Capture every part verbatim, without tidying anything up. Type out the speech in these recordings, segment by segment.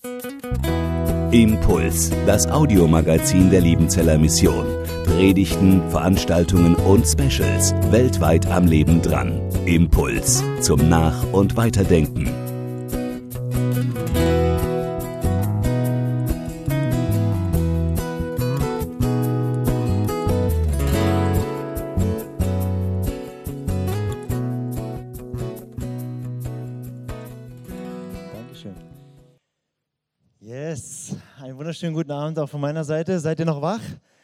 Impuls, das Audiomagazin der Liebenzeller Mission. Predigten, Veranstaltungen und Specials weltweit am Leben dran. Impuls zum Nach- und Weiterdenken. Yes, einen wunderschönen guten Abend auch von meiner Seite. Seid ihr noch wach?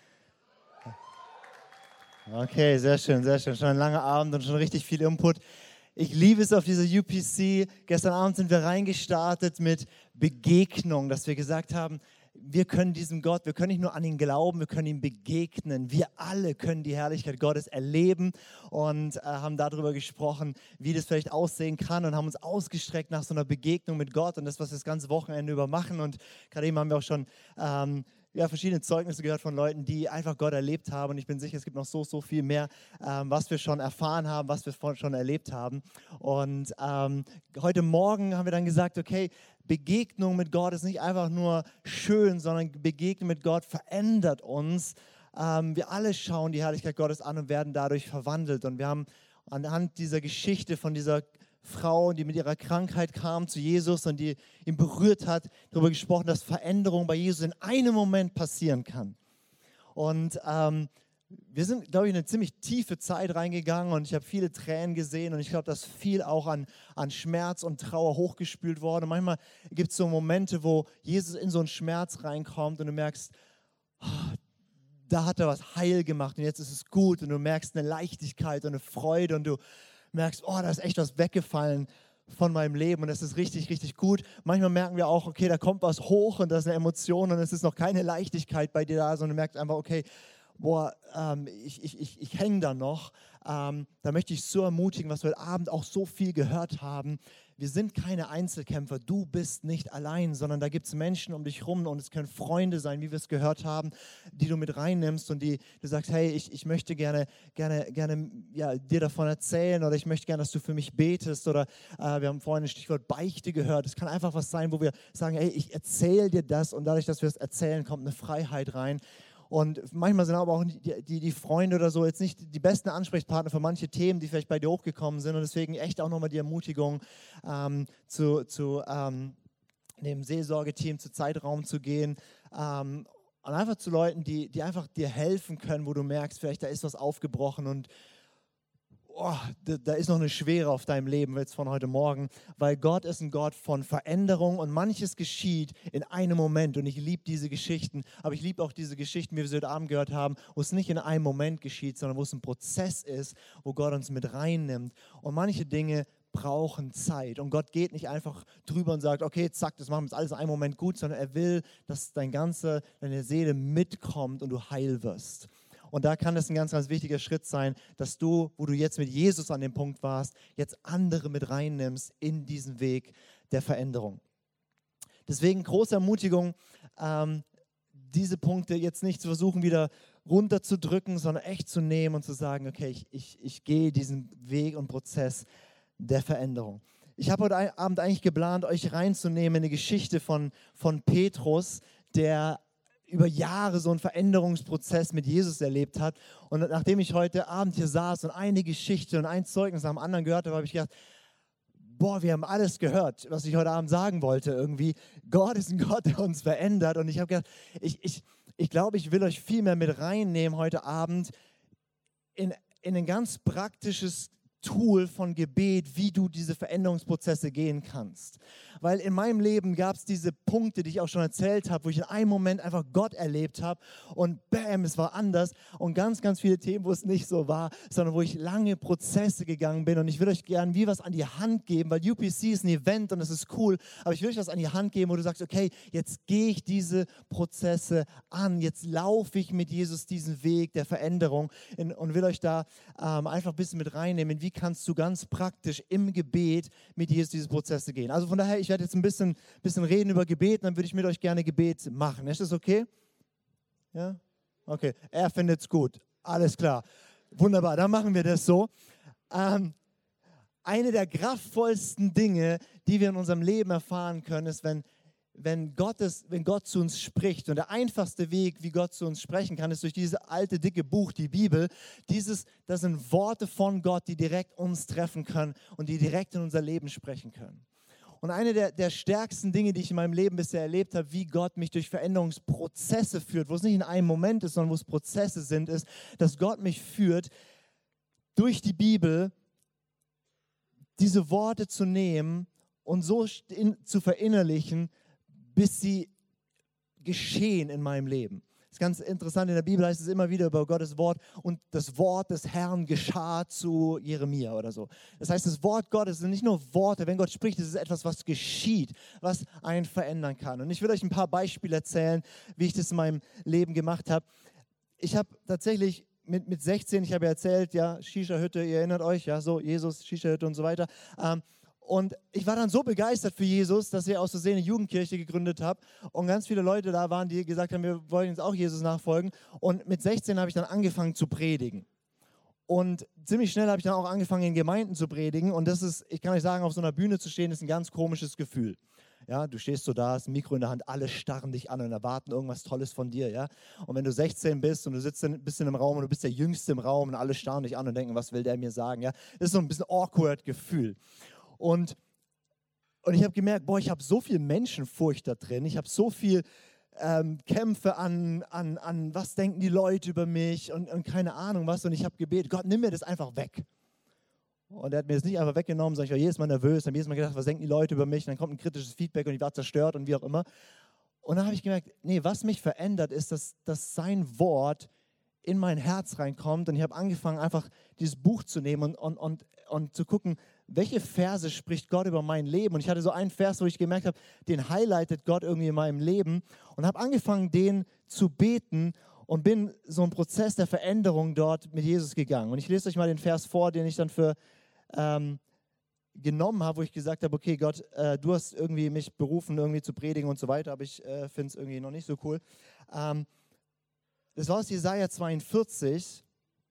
Okay, sehr schön, sehr schön. Schon ein langer Abend und schon richtig viel Input. Ich liebe es auf diese U P C. Gestern Abend sind wir reingestartet mit Begegnung, dass wir gesagt haben, wir können diesem Gott, wir können nicht nur an ihn glauben, wir können ihm begegnen. Wir alle können die Herrlichkeit Gottes erleben und äh, haben darüber gesprochen, wie das vielleicht aussehen kann und haben uns ausgestreckt nach so einer Begegnung mit Gott und das, was wir das ganze Wochenende über machen. Und gerade eben haben wir auch schon ähm, ja, verschiedene Zeugnisse gehört von Leuten, die einfach Gott erlebt haben. Und ich bin sicher, es gibt noch so, so viel mehr, ähm, was wir schon erfahren haben, was wir schon erlebt haben. Und ähm, heute Morgen haben wir dann gesagt, okay, Begegnung mit Gott ist nicht einfach nur schön, sondern Begegnung mit Gott verändert uns. Ähm, wir alle schauen die Herrlichkeit Gottes an und werden dadurch verwandelt. Und wir haben anhand dieser Geschichte von dieser Frau, die mit ihrer Krankheit kam zu Jesus und die ihn berührt hat, darüber gesprochen, dass Veränderung bei Jesus in einem Moment passieren kann. Und ähm, wir sind, glaube ich, in eine ziemlich tiefe Zeit reingegangen und ich habe viele Tränen gesehen und ich glaube, dass viel auch an, an Schmerz und Trauer hochgespült wurde. Und manchmal gibt es so Momente, wo Jesus in so einen Schmerz reinkommt und du merkst, oh, da hat er was heil gemacht und jetzt ist es gut und du merkst eine Leichtigkeit und eine Freude und du merkst, oh, da ist echt was weggefallen von meinem Leben und das ist richtig, richtig gut. Manchmal merken wir auch, okay, da kommt was hoch und da ist eine Emotion und es ist noch keine Leichtigkeit bei dir da, sondern du merkst einfach, okay, boah, ähm, ich, ich, ich, ich hänge da noch. Ähm, da möchte ich so ermutigen, was wir heute Abend auch so viel gehört haben. Wir sind keine Einzelkämpfer, du bist nicht allein, sondern da gibt es Menschen um dich rum und es können Freunde sein, wie wir es gehört haben, die du mit reinnimmst und die du sagst, hey, ich, ich möchte gerne, gerne, gerne ja, dir davon erzählen oder ich möchte gerne, dass du für mich betest oder äh, wir haben vorhin das Stichwort Beichte gehört. Es kann einfach was sein, wo wir sagen, hey, ich erzähle dir das und dadurch, dass wir es erzählen, kommt eine Freiheit rein. Und manchmal sind aber auch die, die, die Freunde oder so jetzt nicht die besten Ansprechpartner für manche Themen, die vielleicht bei dir hochgekommen sind. Und deswegen echt auch nochmal die Ermutigung, ähm, zu, zu ähm, dem Seelsorgeteam, zu Zeitraum zu gehen. Ähm, und einfach zu Leuten, die, die einfach dir helfen können, wo du merkst, vielleicht da ist was aufgebrochen und oh, da, da ist noch eine Schwere auf deinem Leben jetzt von heute Morgen, weil Gott ist ein Gott von Veränderung und manches geschieht in einem Moment und ich liebe diese Geschichten, aber ich liebe auch diese Geschichten, wie wir sie heute Abend gehört haben, wo es nicht in einem Moment geschieht, sondern wo es ein Prozess ist, wo Gott uns mit reinnimmt und manche Dinge brauchen Zeit und Gott geht nicht einfach drüber und sagt, okay, zack, das machen wir jetzt alles in einem Moment gut, sondern er will, dass dein ganze, deine Seele mitkommt und du heil wirst. Und da kann es ein ganz, ganz wichtiger Schritt sein, dass du, wo du jetzt mit Jesus an dem Punkt warst, jetzt andere mit reinnimmst in diesen Weg der Veränderung. Deswegen große Ermutigung, ähm, diese Punkte jetzt nicht zu versuchen, wieder runterzudrücken, sondern echt zu nehmen und zu sagen, okay, ich, ich, ich gehe diesen Weg und Prozess der Veränderung. Ich habe heute Abend eigentlich geplant, euch reinzunehmen in eine Geschichte von, von Petrus, der über Jahre so einen Veränderungsprozess mit Jesus erlebt hat. Und nachdem ich heute Abend hier saß und eine Geschichte und ein Zeugnis nach dem anderen gehört habe, habe ich gedacht, boah, wir haben alles gehört, was ich heute Abend sagen wollte irgendwie. Gott ist ein Gott, der uns verändert. Und ich habe gedacht, ich, ich, ich glaube, ich will euch viel mehr mit reinnehmen heute Abend in, in ein ganz praktisches Tool von Gebet, wie du diese Veränderungsprozesse gehen kannst. Weil in meinem Leben gab es diese Punkte, die ich auch schon erzählt habe, wo ich in einem Moment einfach Gott erlebt habe und bam, es war anders und ganz, ganz viele Themen, wo es nicht so war, sondern wo ich lange Prozesse gegangen bin und ich würde euch gerne wie was an die Hand geben, weil U P C ist ein Event und das ist cool, aber ich will euch was an die Hand geben, wo du sagst, okay, jetzt gehe ich diese Prozesse an, jetzt laufe ich mit Jesus diesen Weg der Veränderung in, und will euch da ähm, einfach ein bisschen mit reinnehmen, wie kannst du ganz praktisch im Gebet mit Jesus diese Prozesse gehen. Also von daher, ich werde jetzt ein bisschen, bisschen reden über Gebet, dann würde ich mit euch gerne Gebet machen. Ist das okay? Ja? Okay, er findet es gut. Alles klar. Wunderbar, dann machen wir das so. Ähm, eine der kraftvollsten Dinge, die wir in unserem Leben erfahren können, ist, wenn, wenn, Gottes, wenn Gott zu uns spricht. Und der einfachste Weg, wie Gott zu uns sprechen kann, ist durch dieses alte, dicke Buch, die Bibel. Dieses, das sind Worte von Gott, die direkt uns treffen können und die direkt in unser Leben sprechen können. Und eine der, der stärksten Dinge, die ich in meinem Leben bisher erlebt habe, wie Gott mich durch Veränderungsprozesse führt, wo es nicht in einem Moment ist, sondern wo es Prozesse sind, ist, dass Gott mich führt, durch die Bibel diese Worte zu nehmen und so in, zu verinnerlichen, bis sie geschehen in meinem Leben. Das ist ganz interessant, in der Bibel heißt es immer wieder über Gottes Wort und das Wort des Herrn geschah zu Jeremia oder so. Das heißt, das Wort Gottes sind nicht nur Worte, wenn Gott spricht, es ist etwas, was geschieht, was einen verändern kann. Und ich will euch ein paar Beispiele erzählen, wie ich das in meinem Leben gemacht habe. Ich habe tatsächlich mit, mit sechzehn, ich habe ja erzählt, ja, Shisha-Hütte, ihr erinnert euch, ja, so Jesus, Shisha-Hütte und so weiter. Ähm, Und ich war dann so begeistert für Jesus, dass wir aus Versehen eine Jugendkirche gegründet haben und ganz viele Leute da waren, die gesagt haben, wir wollen jetzt auch Jesus nachfolgen. Und mit sechzehn habe ich dann angefangen zu predigen. Und ziemlich schnell habe ich dann auch angefangen, in Gemeinden zu predigen. Und das ist, ich kann euch sagen, auf so einer Bühne zu stehen, ist ein ganz komisches Gefühl. Ja, du stehst so da, hast ein Mikro in der Hand, alle starren dich an und erwarten irgendwas Tolles von dir. Ja? Und wenn du sechzehn bist und du sitzt ein bisschen im Raum und du bist der Jüngste im Raum und alle starren dich an und denken, was will der mir sagen? Ja? Das ist so ein bisschen awkward Gefühl. Und, und ich habe gemerkt, boah, ich habe so viel Menschenfurcht da drin, ich habe so viel ähm, Kämpfe an, an, an, was denken die Leute über mich und, und keine Ahnung was. Und ich habe gebetet, Gott, nimm mir das einfach weg. Und er hat mir das nicht einfach weggenommen, sondern ich war jedes Mal nervös, habe jedes Mal gedacht, was denken die Leute über mich? Und dann kommt ein kritisches Feedback und ich war zerstört und wie auch immer. Und dann habe ich gemerkt, nee, was mich verändert, ist, dass, dass sein Wort in mein Herz reinkommt. Und ich habe angefangen, einfach dieses Buch zu nehmen und, und, und, und zu gucken, welche Verse spricht Gott über mein Leben. Und ich hatte so einen Vers, wo ich gemerkt habe, den highlightet Gott irgendwie in meinem Leben. Und habe angefangen, den zu beten und bin so einen Prozess der Veränderung dort mit Jesus gegangen. Und ich lese euch mal den Vers vor, den ich dann für ähm, genommen habe, wo ich gesagt habe, okay Gott, äh, du hast irgendwie mich berufen, irgendwie zu predigen und so weiter, aber ich äh, finde es irgendwie noch nicht so cool. Ähm, Das war aus Jesaja zweiundvierzig.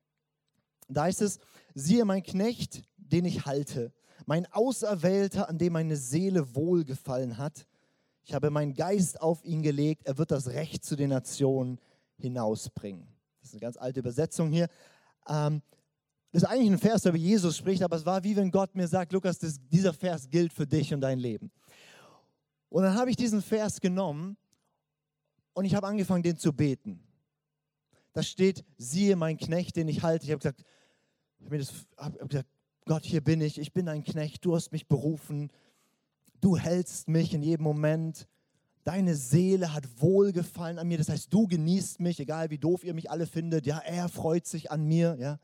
Da heißt es, siehe mein Knecht, den ich halte, mein Auserwählter, an dem meine Seele wohlgefallen hat. Ich habe meinen Geist auf ihn gelegt, er wird das Recht zu den Nationen hinausbringen. Das ist eine ganz alte Übersetzung hier. Ähm, das ist eigentlich ein Vers, der über Jesus spricht, aber es war wie wenn Gott mir sagt, Lukas, das, dieser Vers gilt für dich und dein Leben. Und dann habe ich diesen Vers genommen und ich habe angefangen, den zu beten. Da steht, siehe mein Knecht, den ich halte. Ich habe gesagt, ich habe mir das, hab gesagt, Gott, hier bin ich, ich bin dein Knecht, du hast mich berufen, du hältst mich in jedem Moment, deine Seele hat Wohlgefallen an mir, das heißt, du genießt mich, egal wie doof ihr mich alle findet, ja, er freut sich an mir, ja.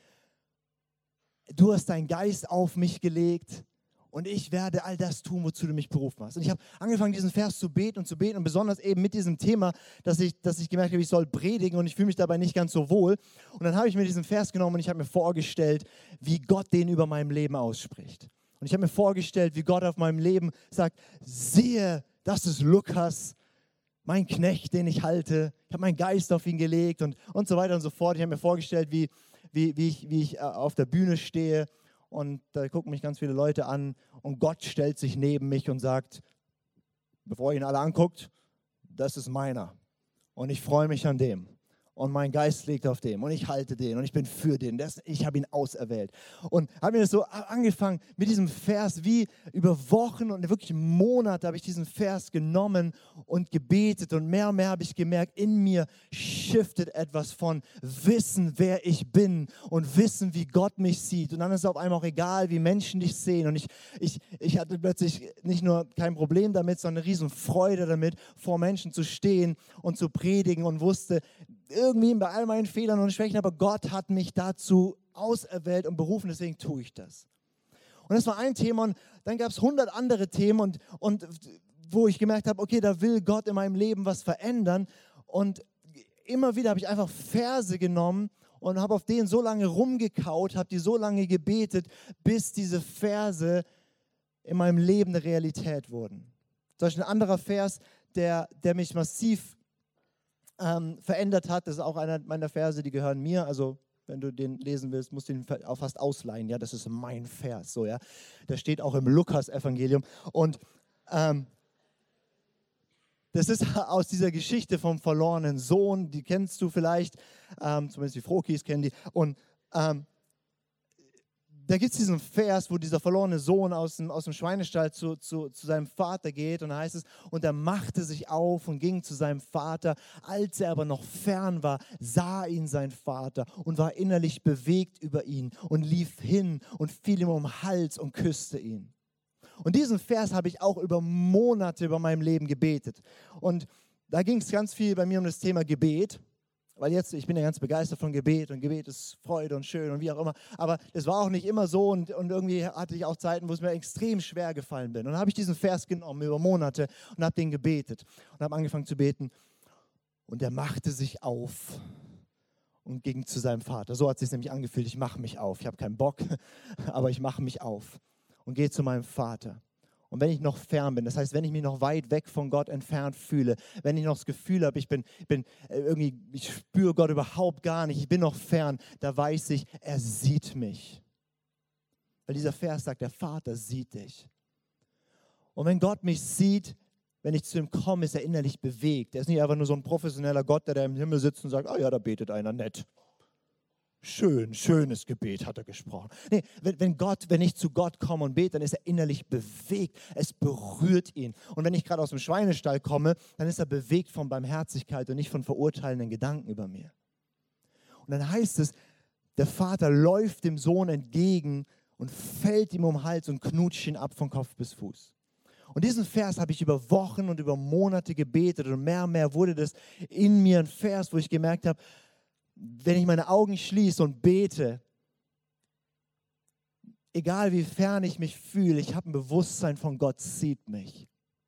Du hast deinen Geist auf mich gelegt. Und ich werde all das tun, wozu du mich berufen hast. Und ich habe angefangen, diesen Vers zu beten und zu beten. Und besonders eben mit diesem Thema, dass ich, dass ich gemerkt habe, ich soll predigen und ich fühle mich dabei nicht ganz so wohl. Und dann habe ich mir diesen Vers genommen und ich habe mir vorgestellt, wie Gott den über meinem Leben ausspricht. Und ich habe mir vorgestellt, wie Gott auf meinem Leben sagt, siehe, das ist Lukas, mein Knecht, den ich halte. Ich habe meinen Geist auf ihn gelegt und, und so weiter und so fort. Ich habe mir vorgestellt, wie, wie, wie ich, wie ich auf der Bühne stehe. Und da gucken mich ganz viele Leute an und Gott stellt sich neben mich und sagt, bevor ihr ihn alle anguckt, das ist meiner. Und ich freue mich an dem. Und mein Geist liegt auf dem. Und ich halte den. Und ich bin für den. Das, ich habe ihn auserwählt. Und habe mir das so angefangen mit diesem Vers, wie über Wochen und wirklich Monate habe ich diesen Vers genommen und gebetet. Und mehr und mehr habe ich gemerkt, in mir shiftet etwas von Wissen, wer ich bin und Wissen, wie Gott mich sieht. Und dann ist es auf einmal auch egal, wie Menschen dich sehen. Und ich, ich, ich hatte plötzlich nicht nur kein Problem damit, sondern eine riesen Freude damit, vor Menschen zu stehen und zu predigen und wusste, irgendwie bei all meinen Fehlern und Schwächen, aber Gott hat mich dazu auserwählt und berufen, deswegen tue ich das. Und das war ein Thema und dann gab es hundert andere Themen und, und wo ich gemerkt habe, okay, da will Gott in meinem Leben was verändern und immer wieder habe ich einfach Verse genommen und habe auf denen so lange rumgekaut, habe die so lange gebetet, bis diese Verse in meinem Leben eine Realität wurden. Zum Beispiel ein anderer Vers, der, der mich massiv Ähm, verändert hat. Das ist auch einer meiner Verse, die gehören mir. Also wenn du den lesen willst, musst du ihn auch fast ausleihen. Ja, das ist mein Vers. So, ja. Der steht auch im Lukas-Evangelium. Und ähm, das ist aus dieser Geschichte vom verlorenen Sohn, die kennst du vielleicht, ähm, zumindest die Frokis kennen die. Und ähm, da gibt es diesen Vers, wo dieser verlorene Sohn aus dem, aus dem Schweinestall zu, zu, zu seinem Vater geht und da heißt es, und er machte sich auf und ging zu seinem Vater. Als er aber noch fern war, sah ihn sein Vater und war innerlich bewegt über ihn und lief hin und fiel ihm um den Hals und küsste ihn. Und diesen Vers habe ich auch über Monate über meinem Leben gebetet. Und da ging es ganz viel bei mir um das Thema Gebet. Weil jetzt, ich bin ja ganz begeistert von Gebet und Gebet ist Freude und schön und wie auch immer. Aber das war auch nicht immer so und, und irgendwie hatte ich auch Zeiten, wo es mir extrem schwer gefallen bin. Und dann habe ich diesen Vers genommen über Monate und habe den gebetet und habe angefangen zu beten. Und er machte sich auf und ging zu seinem Vater. So hat es sich nämlich angefühlt, ich mache mich auf. Ich habe keinen Bock, aber ich mache mich auf und gehe zu meinem Vater. Und wenn ich noch fern bin, das heißt, wenn ich mich noch weit weg von Gott entfernt fühle, wenn ich noch das Gefühl habe, ich bin, bin irgendwie, ich spüre Gott überhaupt gar nicht, ich bin noch fern, da weiß ich, er sieht mich. Weil dieser Vers sagt, der Vater sieht dich. Und wenn Gott mich sieht, wenn ich zu ihm komme, ist er innerlich bewegt. Er ist nicht einfach nur so ein professioneller Gott, der da im Himmel sitzt und sagt, ah ja, da betet einer nett. Schön, schönes Gebet hat er gesprochen. Nee, wenn, wenn Gott, wenn ich zu Gott komme und bete, dann ist er innerlich bewegt. Es berührt ihn. Und wenn ich gerade aus dem Schweinestall komme, dann ist er bewegt von Barmherzigkeit und nicht von verurteilenden Gedanken über mir. Und dann heißt es, der Vater läuft dem Sohn entgegen und fällt ihm um den Hals und knutscht ihn ab von Kopf bis Fuß. Und diesen Vers habe ich über Wochen und über Monate gebetet und mehr und mehr wurde das in mir ein Vers, wo ich gemerkt habe, wenn ich meine Augen schließe und bete, egal wie fern ich mich fühle, ich habe ein Bewusstsein von Gott sieht mich.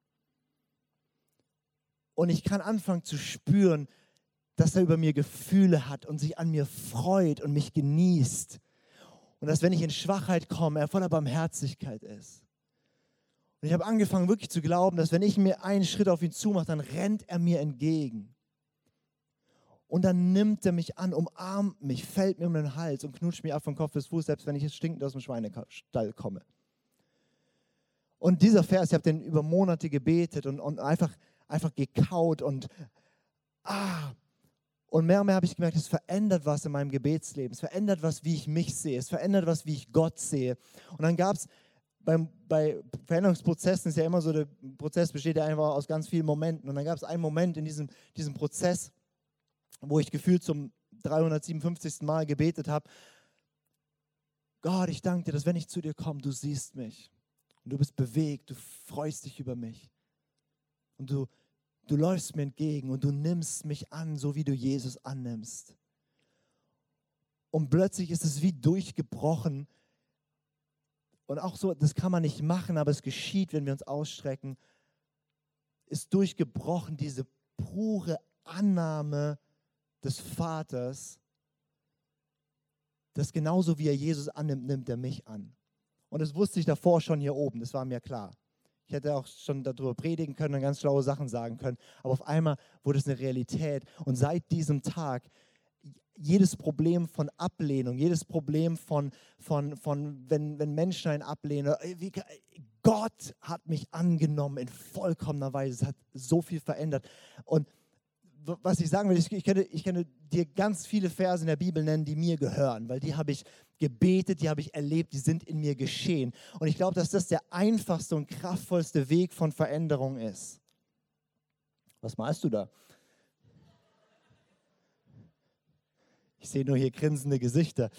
Und ich kann anfangen zu spüren, dass er über mir Gefühle hat und sich an mir freut und mich genießt. Und dass, wenn ich in Schwachheit komme, er voller Barmherzigkeit ist. Und ich habe angefangen wirklich zu glauben, dass wenn ich mir einen Schritt auf ihn zumache, dann rennt er mir entgegen. Und dann nimmt er mich an, umarmt mich, fällt mir um den Hals und knutscht mich ab von Kopf bis Fuß, selbst wenn ich jetzt stinkend aus dem Schweinestall komme. Und dieser Vers, ich habe den über Monate gebetet und, und einfach, einfach gekaut und ah. Und mehr und mehr habe ich gemerkt, es verändert was in meinem Gebetsleben. Es verändert was, wie ich mich sehe. Es verändert was, wie ich Gott sehe. Und dann gab es beim, bei Veränderungsprozessen, ist ja immer so, der Prozess besteht ja einfach aus ganz vielen Momenten. Und dann gab es einen Moment in diesem, diesem Prozess, wo ich gefühlt zum dreihundertsiebenundfünfzigsten Mal gebetet habe, Gott, ich danke dir, dass wenn ich zu dir komme, du siehst mich und du bist bewegt, du freust dich über mich und du, du läufst mir entgegen und du nimmst mich an, so wie du Jesus annimmst. Und plötzlich ist es wie durchgebrochen und auch so, das kann man nicht machen, aber es geschieht, wenn wir uns ausstrecken, ist durchgebrochen diese pure Annahme des Vaters, dass genauso wie er Jesus annimmt, nimmt er mich an. Und das wusste ich davor schon hier oben, das war mir klar. Ich hätte auch schon darüber predigen können und ganz schlaue Sachen sagen können, aber auf einmal wurde es eine Realität. Und seit diesem Tag, jedes Problem von Ablehnung, jedes Problem von, von, von wenn, wenn Menschen einen ablehnen, wie, Gott hat mich angenommen in vollkommener Weise, es hat so viel verändert. Und was ich sagen will, ich, ich, könnte, ich könnte dir ganz viele Verse in der Bibel nennen, die mir gehören, weil die habe ich gebetet, die habe ich erlebt, die sind in mir geschehen. Und ich glaube, dass das der einfachste und kraftvollste Weg von Veränderung ist. Was malst du da? Ich sehe nur hier grinsende Gesichter.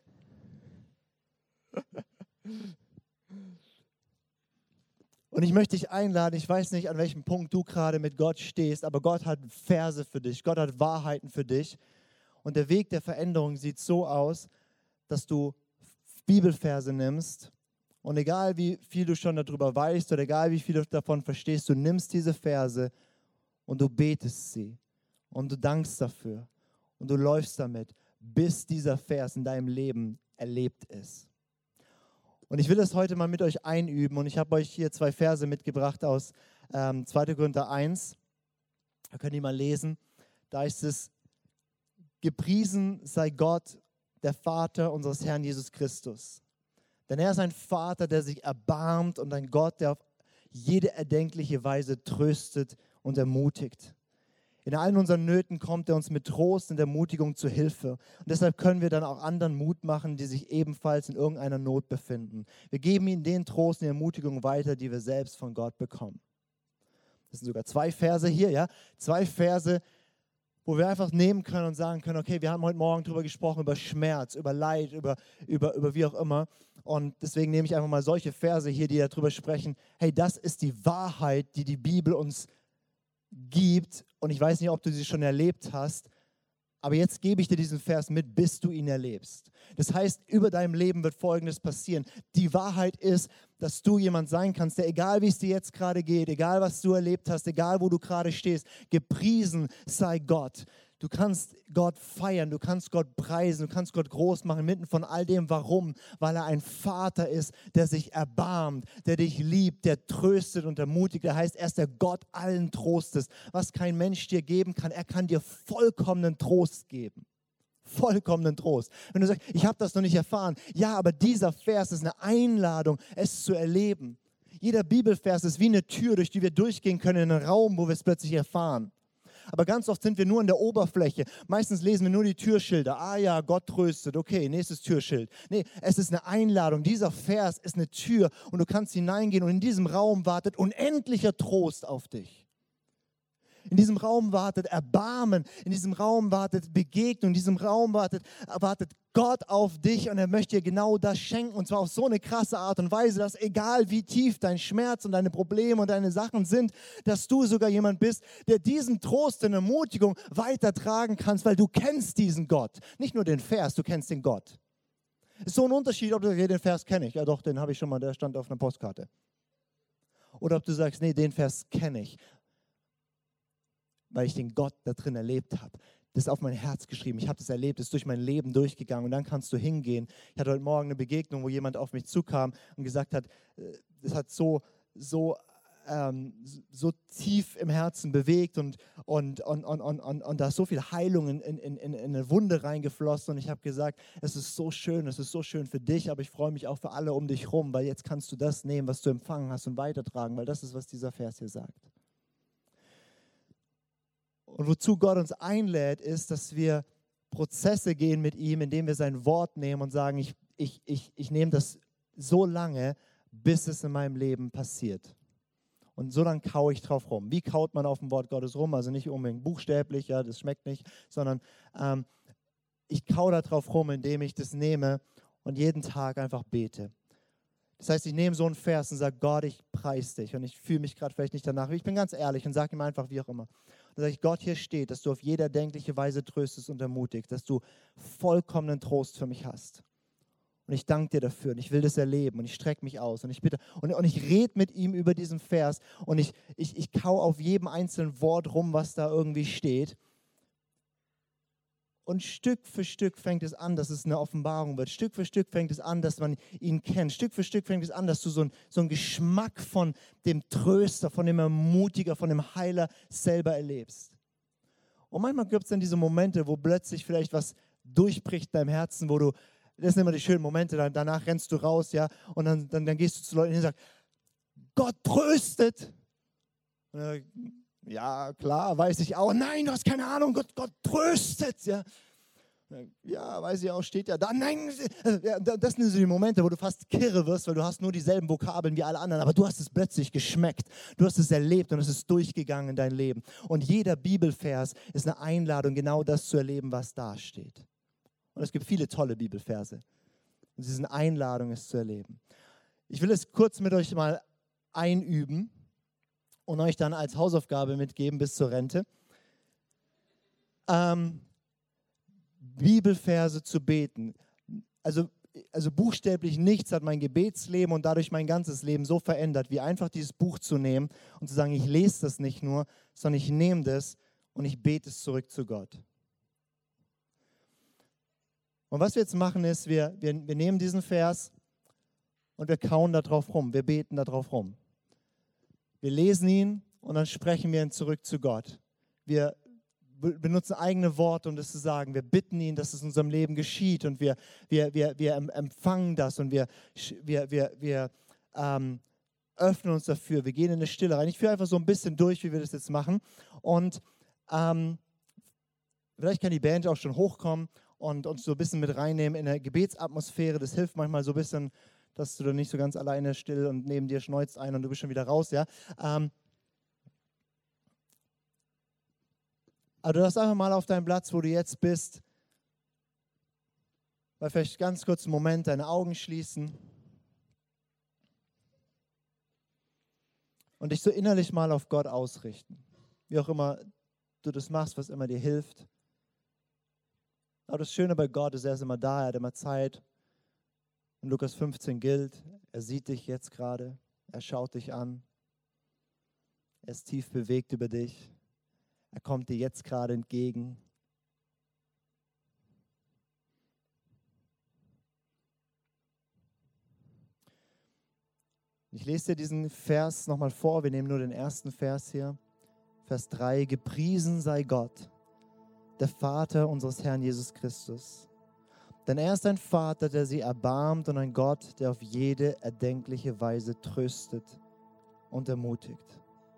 Und ich möchte dich einladen, ich weiß nicht, an welchem Punkt du gerade mit Gott stehst, aber Gott hat Verse für dich, Gott hat Wahrheiten für dich. Und der Weg der Veränderung sieht so aus, dass du Bibelverse nimmst und egal wie viel du schon darüber weißt oder egal wie viel du davon verstehst, du nimmst diese Verse und du betest sie und du dankst dafür und du läufst damit, bis dieser Vers in deinem Leben erlebt ist. Und ich will das heute mal mit euch einüben und ich habe euch hier zwei Verse mitgebracht aus ähm, zweiter Korinther eins. Da könnt ihr mal lesen. Da ist es, gepriesen sei Gott, der Vater unseres Herrn Jesus Christus. Denn er ist ein Vater, der sich erbarmt und ein Gott, der auf jede erdenkliche Weise tröstet und ermutigt. In allen unseren Nöten kommt er uns mit Trost und Ermutigung zu Hilfe. Und deshalb können wir dann auch anderen Mut machen, die sich ebenfalls in irgendeiner Not befinden. Wir geben ihnen den Trost und die Ermutigung weiter, die wir selbst von Gott bekommen. Das sind sogar zwei Verse hier, ja, zwei Verse, wo wir einfach nehmen können und sagen können, okay, wir haben heute Morgen darüber gesprochen, über Schmerz, über Leid, über, über, über wie auch immer. Und deswegen nehme ich einfach mal solche Verse hier, die darüber sprechen, hey, das ist die Wahrheit, die die Bibel uns gibt. Und ich weiß nicht, ob du sie schon erlebt hast, aber jetzt gebe ich dir diesen Vers mit, bis du ihn erlebst. Das heißt, über deinem Leben wird Folgendes passieren. Die Wahrheit ist, dass du jemand sein kannst, der, egal wie es dir jetzt gerade geht, egal was du erlebt hast, egal wo du gerade stehst, gepriesen sei Gott. Du kannst Gott feiern, du kannst Gott preisen, du kannst Gott groß machen, mitten von all dem. Warum? Weil er ein Vater ist, der sich erbarmt, der dich liebt, der tröstet und ermutigt. Der heißt, er ist der Gott allen Trostes. Was kein Mensch dir geben kann, er kann dir vollkommenen Trost geben. Vollkommenen Trost. Wenn du sagst, ich habe das noch nicht erfahren. Ja, aber dieser Vers ist eine Einladung, es zu erleben. Jeder Bibelvers ist wie eine Tür, durch die wir durchgehen können in einen Raum, wo wir es plötzlich erfahren. Aber ganz oft sind wir nur an der Oberfläche. Meistens lesen wir nur die Türschilder. Ah ja, Gott tröstet. Okay, nächstes Türschild. Nee, es ist eine Einladung. Dieser Vers ist eine Tür und du kannst hineingehen und in diesem Raum wartet unendlicher Trost auf dich. In diesem Raum wartet Erbarmen, in diesem Raum wartet Begegnung, in diesem Raum wartet, wartet Gott auf dich und er möchte dir genau das schenken und zwar auf so eine krasse Art und Weise, dass egal wie tief dein Schmerz und deine Probleme und deine Sachen sind, dass du sogar jemand bist, der diesen Trost und Ermutigung weitertragen kannst, weil du kennst diesen Gott. Nicht nur den Vers, du kennst den Gott. Ist so ein Unterschied, ob du sagst, den Vers kenne ich. Ja doch, den habe ich schon mal, der stand auf einer Postkarte. Oder ob du sagst, nee, den Vers kenne ich, weil ich den Gott da drin erlebt habe. Das ist auf mein Herz geschrieben. Ich habe das erlebt, das ist durch mein Leben durchgegangen. Und dann kannst du hingehen. Ich hatte heute Morgen eine Begegnung, wo jemand auf mich zukam und gesagt hat, das hat so, so, ähm, so tief im Herzen bewegt und, und, und, und, und, und, und da ist so viel Heilung in, in, in, in eine Wunde reingeflossen. Und ich habe gesagt, es ist so schön, es ist so schön für dich, aber ich freue mich auch für alle um dich rum, weil jetzt kannst du das nehmen, was du empfangen hast und weitertragen, weil das ist, was dieser Vers hier sagt. Und wozu Gott uns einlädt, ist, dass wir Prozesse gehen mit ihm, indem wir sein Wort nehmen und sagen, ich, ich, ich, ich nehme das so lange, bis es in meinem Leben passiert. Und so lange kaue ich drauf rum. Wie kaut man auf dem Wort Gottes rum? Also nicht unbedingt buchstäblich, ja, das schmeckt nicht, sondern ähm, ich kaue da drauf rum, indem ich das nehme und jeden Tag einfach bete. Das heißt, ich nehme so einen Vers und sage, Gott, ich preise dich. Und ich fühle mich gerade vielleicht nicht danach. Ich bin ganz ehrlich und sage ihm einfach, wie auch immer. Und dann sage ich, Gott, hier steht, dass du auf jede erdenkliche Weise tröstest und ermutigst, dass du vollkommenen Trost für mich hast. Und ich danke dir dafür und ich will das erleben und ich strecke mich aus und ich bitte und, und ich rede mit ihm über diesen Vers und ich, ich, ich kau auf jedem einzelnen Wort rum, was da irgendwie steht. Und Stück für Stück fängt es an, dass es eine Offenbarung wird. Stück für Stück fängt es an, dass man ihn kennt. Stück für Stück fängt es an, dass du so, ein, so einen Geschmack von dem Tröster, von dem Ermutiger, von dem Heiler selber erlebst. Und manchmal gibt es dann diese Momente, wo plötzlich vielleicht was durchbricht in deinem Herzen, wo du, das sind immer die schönen Momente, dann, danach rennst du raus, ja, und dann, dann, dann gehst du zu Leuten hin und sagst, Gott tröstet. Und dann, ja, klar, weiß ich auch. Nein, du hast keine Ahnung, Gott, Gott tröstet. Ja. ja, weiß ich auch, steht ja da. Nein, das sind so die Momente, wo du fast kirre wirst, weil du hast nur dieselben Vokabeln wie alle anderen, aber du hast es plötzlich geschmeckt. Du hast es erlebt und es ist durchgegangen in dein Leben. Und jeder Bibelvers ist eine Einladung, genau das zu erleben, was da steht. Und es gibt viele tolle Bibelverse. Und sie sind eine Einladung, es zu erleben. Ich will es kurz mit euch mal einüben und euch dann als Hausaufgabe mitgeben bis zur Rente, ähm, Bibelverse zu beten. Also, also buchstäblich nichts hat mein Gebetsleben und dadurch mein ganzes Leben so verändert, wie einfach dieses Buch zu nehmen und zu sagen, ich lese das nicht nur, sondern ich nehme das und ich bete es zurück zu Gott. Und was wir jetzt machen ist, wir, wir, wir nehmen diesen Vers und wir kauen da drauf rum, wir beten da drauf rum. Wir lesen ihn und dann sprechen wir ihn zurück zu Gott. Wir benutzen eigene Worte, um das zu sagen. Wir bitten ihn, dass es in unserem Leben geschieht und wir, wir, wir, wir empfangen das und wir, wir, wir, wir, ähm, öffnen uns dafür. Wir gehen in eine Stille rein. Ich führe einfach so ein bisschen durch, wie wir das jetzt machen. Und ähm, vielleicht kann die Band auch schon hochkommen und uns so ein bisschen mit reinnehmen in eine Gebetsatmosphäre. Das hilft manchmal so ein bisschen, dass du dann nicht so ganz alleine still und neben dir schneuzt ein und du bist schon wieder raus. Ja? Ähm, aber du darfst einfach mal auf deinen Platz, wo du jetzt bist, mal vielleicht ganz kurz einen Moment deine Augen schließen und dich so innerlich mal auf Gott ausrichten. Wie auch immer du das machst, was immer dir hilft. Aber das Schöne bei Gott ist, er ist immer da, er hat immer Zeit. In Lukas fünfzehn gilt, er sieht dich jetzt gerade, er schaut dich an, er ist tief bewegt über dich, er kommt dir jetzt gerade entgegen. Ich lese dir diesen Vers nochmal vor, wir nehmen nur den ersten Vers hier, Vers drei, gepriesen sei Gott, der Vater unseres Herrn Jesus Christus. Denn er ist ein Vater, der sie erbarmt und ein Gott, der auf jede erdenkliche Weise tröstet und ermutigt.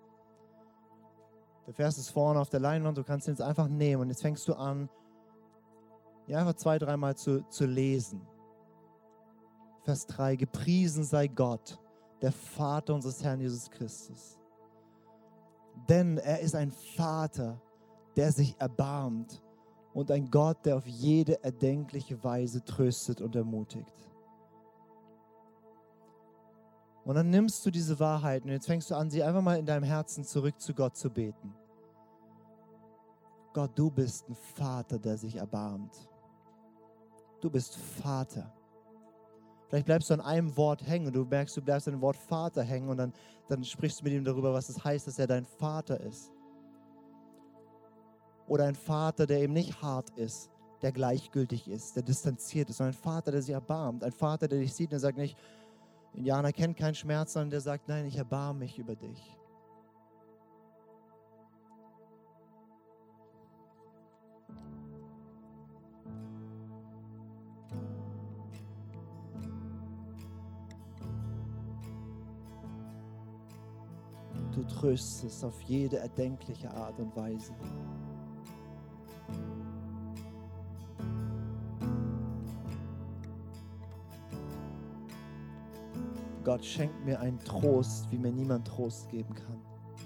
Der Vers ist vorne auf der Leinwand, du kannst ihn jetzt einfach nehmen und jetzt fängst du an, ja, einfach zwei, dreimal zu, zu lesen. Vers drei, gepriesen sei Gott, der Vater unseres Herrn Jesus Christus. Denn er ist ein Vater, der sich erbarmt und ein Gott, der auf jede erdenkliche Weise tröstet und ermutigt. Und dann nimmst du diese Wahrheiten und jetzt fängst du an, sie einfach mal in deinem Herzen zurück zu Gott zu beten. Gott, du bist ein Vater, der sich erbarmt. Du bist Vater. Vielleicht bleibst du an einem Wort hängen und du merkst, du bleibst an dem Wort Vater hängen und dann, dann sprichst du mit ihm darüber, was es heißt, dass er dein Vater ist. Oder ein Vater, der eben nicht hart ist, der gleichgültig ist, der distanziert ist, sondern ein Vater, der sich erbarmt. Ein Vater, der dich sieht und der sagt nicht, Indianer kennt keinen Schmerz, sondern der sagt, nein, ich erbarme mich über dich. Du tröstest auf jede erdenkliche Art und Weise. Gott schenkt mir einen Trost, wie mir niemand Trost geben kann.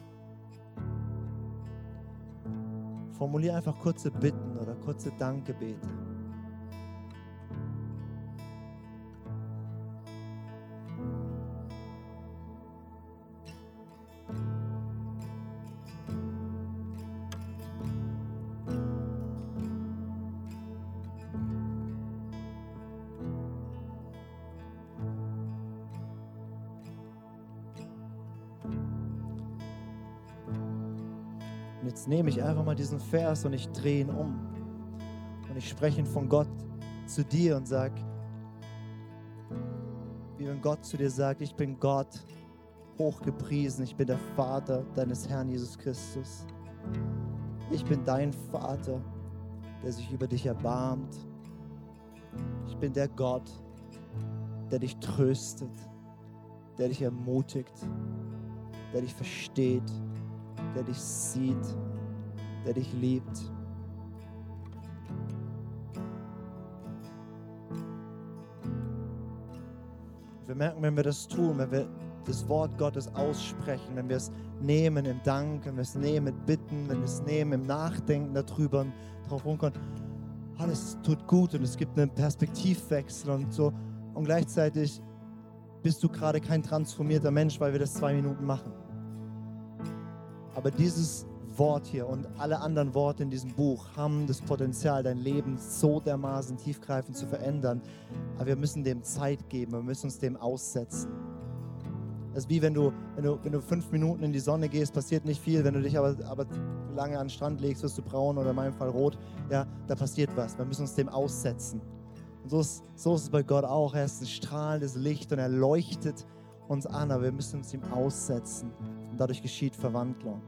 Formulier einfach kurze Bitten oder kurze Dankgebete. Und jetzt nehme ich einfach mal diesen Vers und ich drehe ihn um. Und ich spreche ihn von Gott zu dir und sage, wie wenn Gott zu dir sagt, ich bin Gott, hochgepriesen, ich bin der Vater deines Herrn Jesus Christus. Ich bin dein Vater, der sich über dich erbarmt. Ich bin der Gott, der dich tröstet, der dich ermutigt, der dich versteht, der dich sieht, der dich liebt. Wir merken, wenn wir das tun, wenn wir das Wort Gottes aussprechen, wenn wir es nehmen im Dank, wenn wir es nehmen mit Bitten, wenn wir es nehmen im Nachdenken darüber und darauf rumkommen, alles tut gut und es gibt einen Perspektivwechsel und so. Und gleichzeitig bist du gerade kein transformierter Mensch, weil wir das zwei Minuten machen. Aber dieses Wort hier und alle anderen Worte in diesem Buch haben das Potenzial, dein Leben so dermaßen tiefgreifend zu verändern. Aber wir müssen dem Zeit geben, wir müssen uns dem aussetzen. Das ist wie wenn du, wenn du, wenn du fünf Minuten in die Sonne gehst, passiert nicht viel. Wenn du dich aber, aber lange an den Strand legst, wirst du braun oder in meinem Fall rot. Ja, da passiert was. Wir müssen uns dem aussetzen. Und so ist, so ist es bei Gott auch. Er ist ein strahlendes Licht und er leuchtet uns an, aber wir müssen uns ihm aussetzen. Und dadurch geschieht Verwandlung.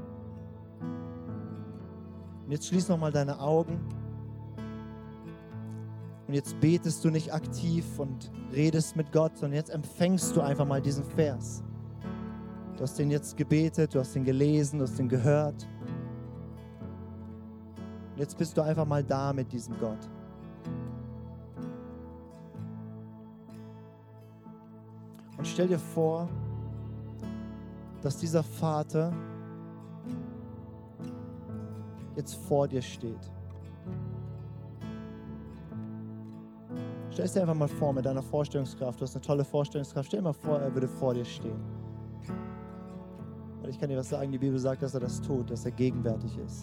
Und jetzt schließ nochmal deine Augen. Und jetzt betest du nicht aktiv und redest mit Gott, sondern jetzt empfängst du einfach mal diesen Vers. Du hast den jetzt gebetet, du hast den gelesen, du hast den gehört. Jetzt bist du einfach mal da mit diesem Gott. Und stell dir vor, dass dieser Vater jetzt vor dir steht. Stell es dir einfach mal vor mit deiner Vorstellungskraft. Du hast eine tolle Vorstellungskraft. Stell dir mal vor, er würde vor dir stehen. Und ich kann dir was sagen, die Bibel sagt, dass er das tut, dass er gegenwärtig ist.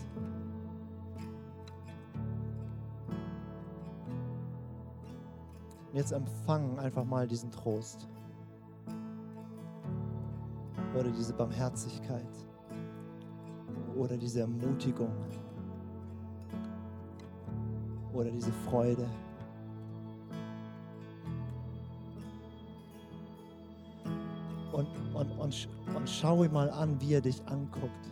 Und jetzt empfangen einfach mal diesen Trost. Oder diese Barmherzigkeit. Oder diese Ermutigung. Oder diese Freude. Und, und, und, und schau ihm mal an, wie er dich anguckt.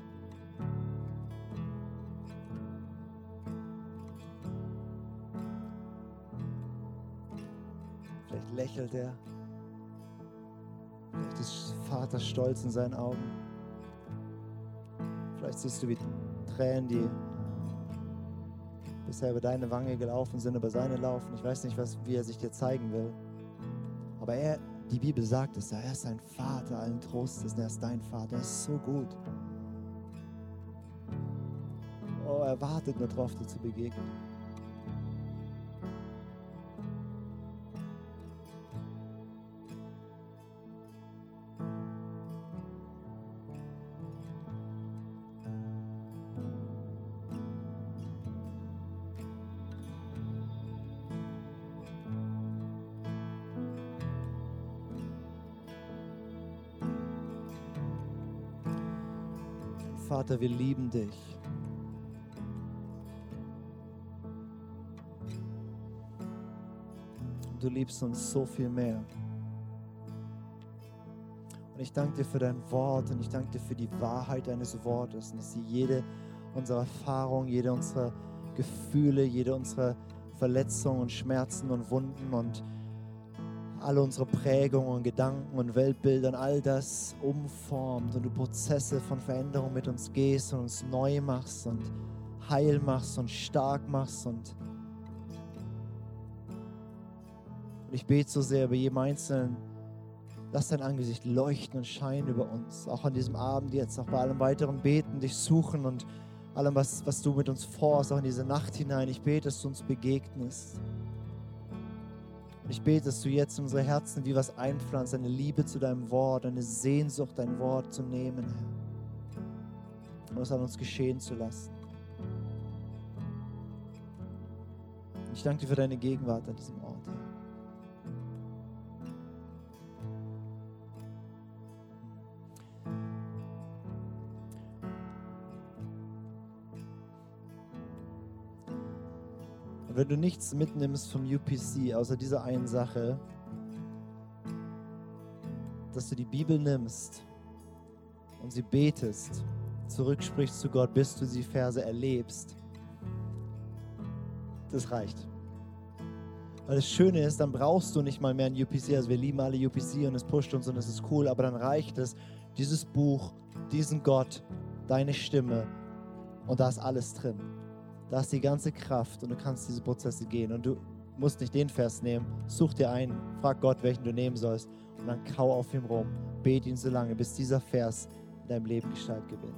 Vielleicht lächelt er. Vielleicht ist Vater stolz in seinen Augen. Vielleicht siehst du, wie Tränen, die bisher über deine Wange gelaufen sind, über seine laufen. Ich weiß nicht, was, wie er sich dir zeigen will. Aber er, die Bibel sagt es, er ist ein Vater allen Trostes, er ist dein Vater, er ist so gut. Oh, er wartet nur drauf, dir zu begegnen. Vater, wir lieben dich. Du liebst uns so viel mehr. Und ich danke dir für dein Wort und ich danke dir für die Wahrheit deines Wortes und dass sie jede unserer Erfahrungen, jede unserer Gefühle, jede unserer Verletzungen und Schmerzen und Wunden und alle unsere Prägungen und Gedanken und Weltbilder und all das umformt und du Prozesse von Veränderung mit uns gehst und uns neu machst und heil machst und stark machst. Und ich bete so sehr über jeden Einzelnen, lass dein Angesicht leuchten und scheinen über uns, auch an diesem Abend jetzt, auch bei allem weiteren Beten, dich suchen und allem, was, was du mit uns vorhast, auch in diese Nacht hinein. Ich bete, dass du uns begegnest. Und ich bete, dass du jetzt in unsere Herzen wie was einpflanzt, eine Liebe zu deinem Wort, eine Sehnsucht, dein Wort zu nehmen, Herr. Und es an uns geschehen zu lassen. Und ich danke dir für deine Gegenwart an diesem Ort, Herr. Wenn du nichts mitnimmst vom U P C, außer dieser einen Sache, dass du die Bibel nimmst und sie betest, zurücksprichst zu Gott, bis du die Verse erlebst, das reicht. Weil das Schöne ist, dann brauchst du nicht mal mehr ein U P C, also wir lieben alle U P C und es pusht uns und es ist cool, aber dann reicht es, dieses Buch, diesen Gott, deine Stimme und da ist alles drin. Da ist die ganze Kraft und du kannst diese Prozesse gehen. Und du musst nicht den Vers nehmen, such dir einen, frag Gott, welchen du nehmen sollst und dann kau auf ihm rum, bete ihn so lange, bis dieser Vers in deinem Leben Gestalt gewinnt.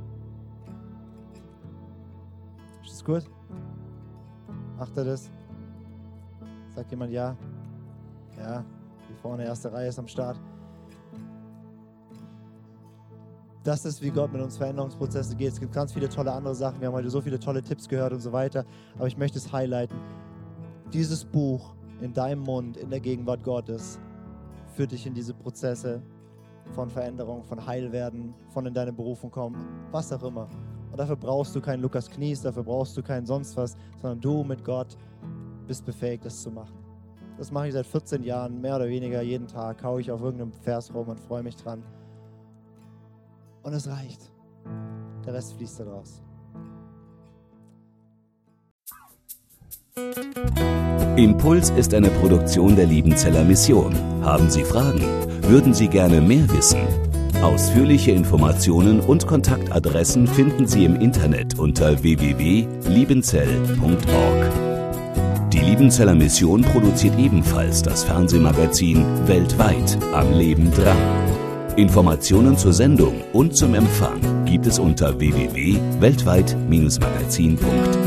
Ist das gut? Macht er das? Sagt jemand ja? Ja, hier vorne, erste Reihe ist am Start. Das ist, wie Gott mit uns Veränderungsprozesse geht. Es gibt ganz viele tolle andere Sachen. Wir haben heute so viele tolle Tipps gehört und so weiter. Aber ich möchte es highlighten. Dieses Buch in deinem Mund, in der Gegenwart Gottes, führt dich in diese Prozesse von Veränderung, von Heilwerden, von in deine Berufung kommen, was auch immer. Und dafür brauchst du keinen Lukas Knies, dafür brauchst du keinen sonst was, sondern du mit Gott bist befähigt, das zu machen. Das mache ich seit vierzehn Jahren, mehr oder weniger jeden Tag, haue ich auf irgendeinem Vers rum und freue mich dran. Und es reicht. Der Rest fließt da draus. Impuls ist eine Produktion der Liebenzeller Mission. Haben Sie Fragen? Würden Sie gerne mehr wissen? Ausführliche Informationen und Kontaktadressen finden Sie im Internet unter w w w punkt liebenzell punkt org. Die Liebenzeller Mission produziert ebenfalls das Fernsehmagazin Weltweit am Leben dran. Informationen zur Sendung und zum Empfang gibt es unter w w w punkt weltweit Bindestrich magazin punkt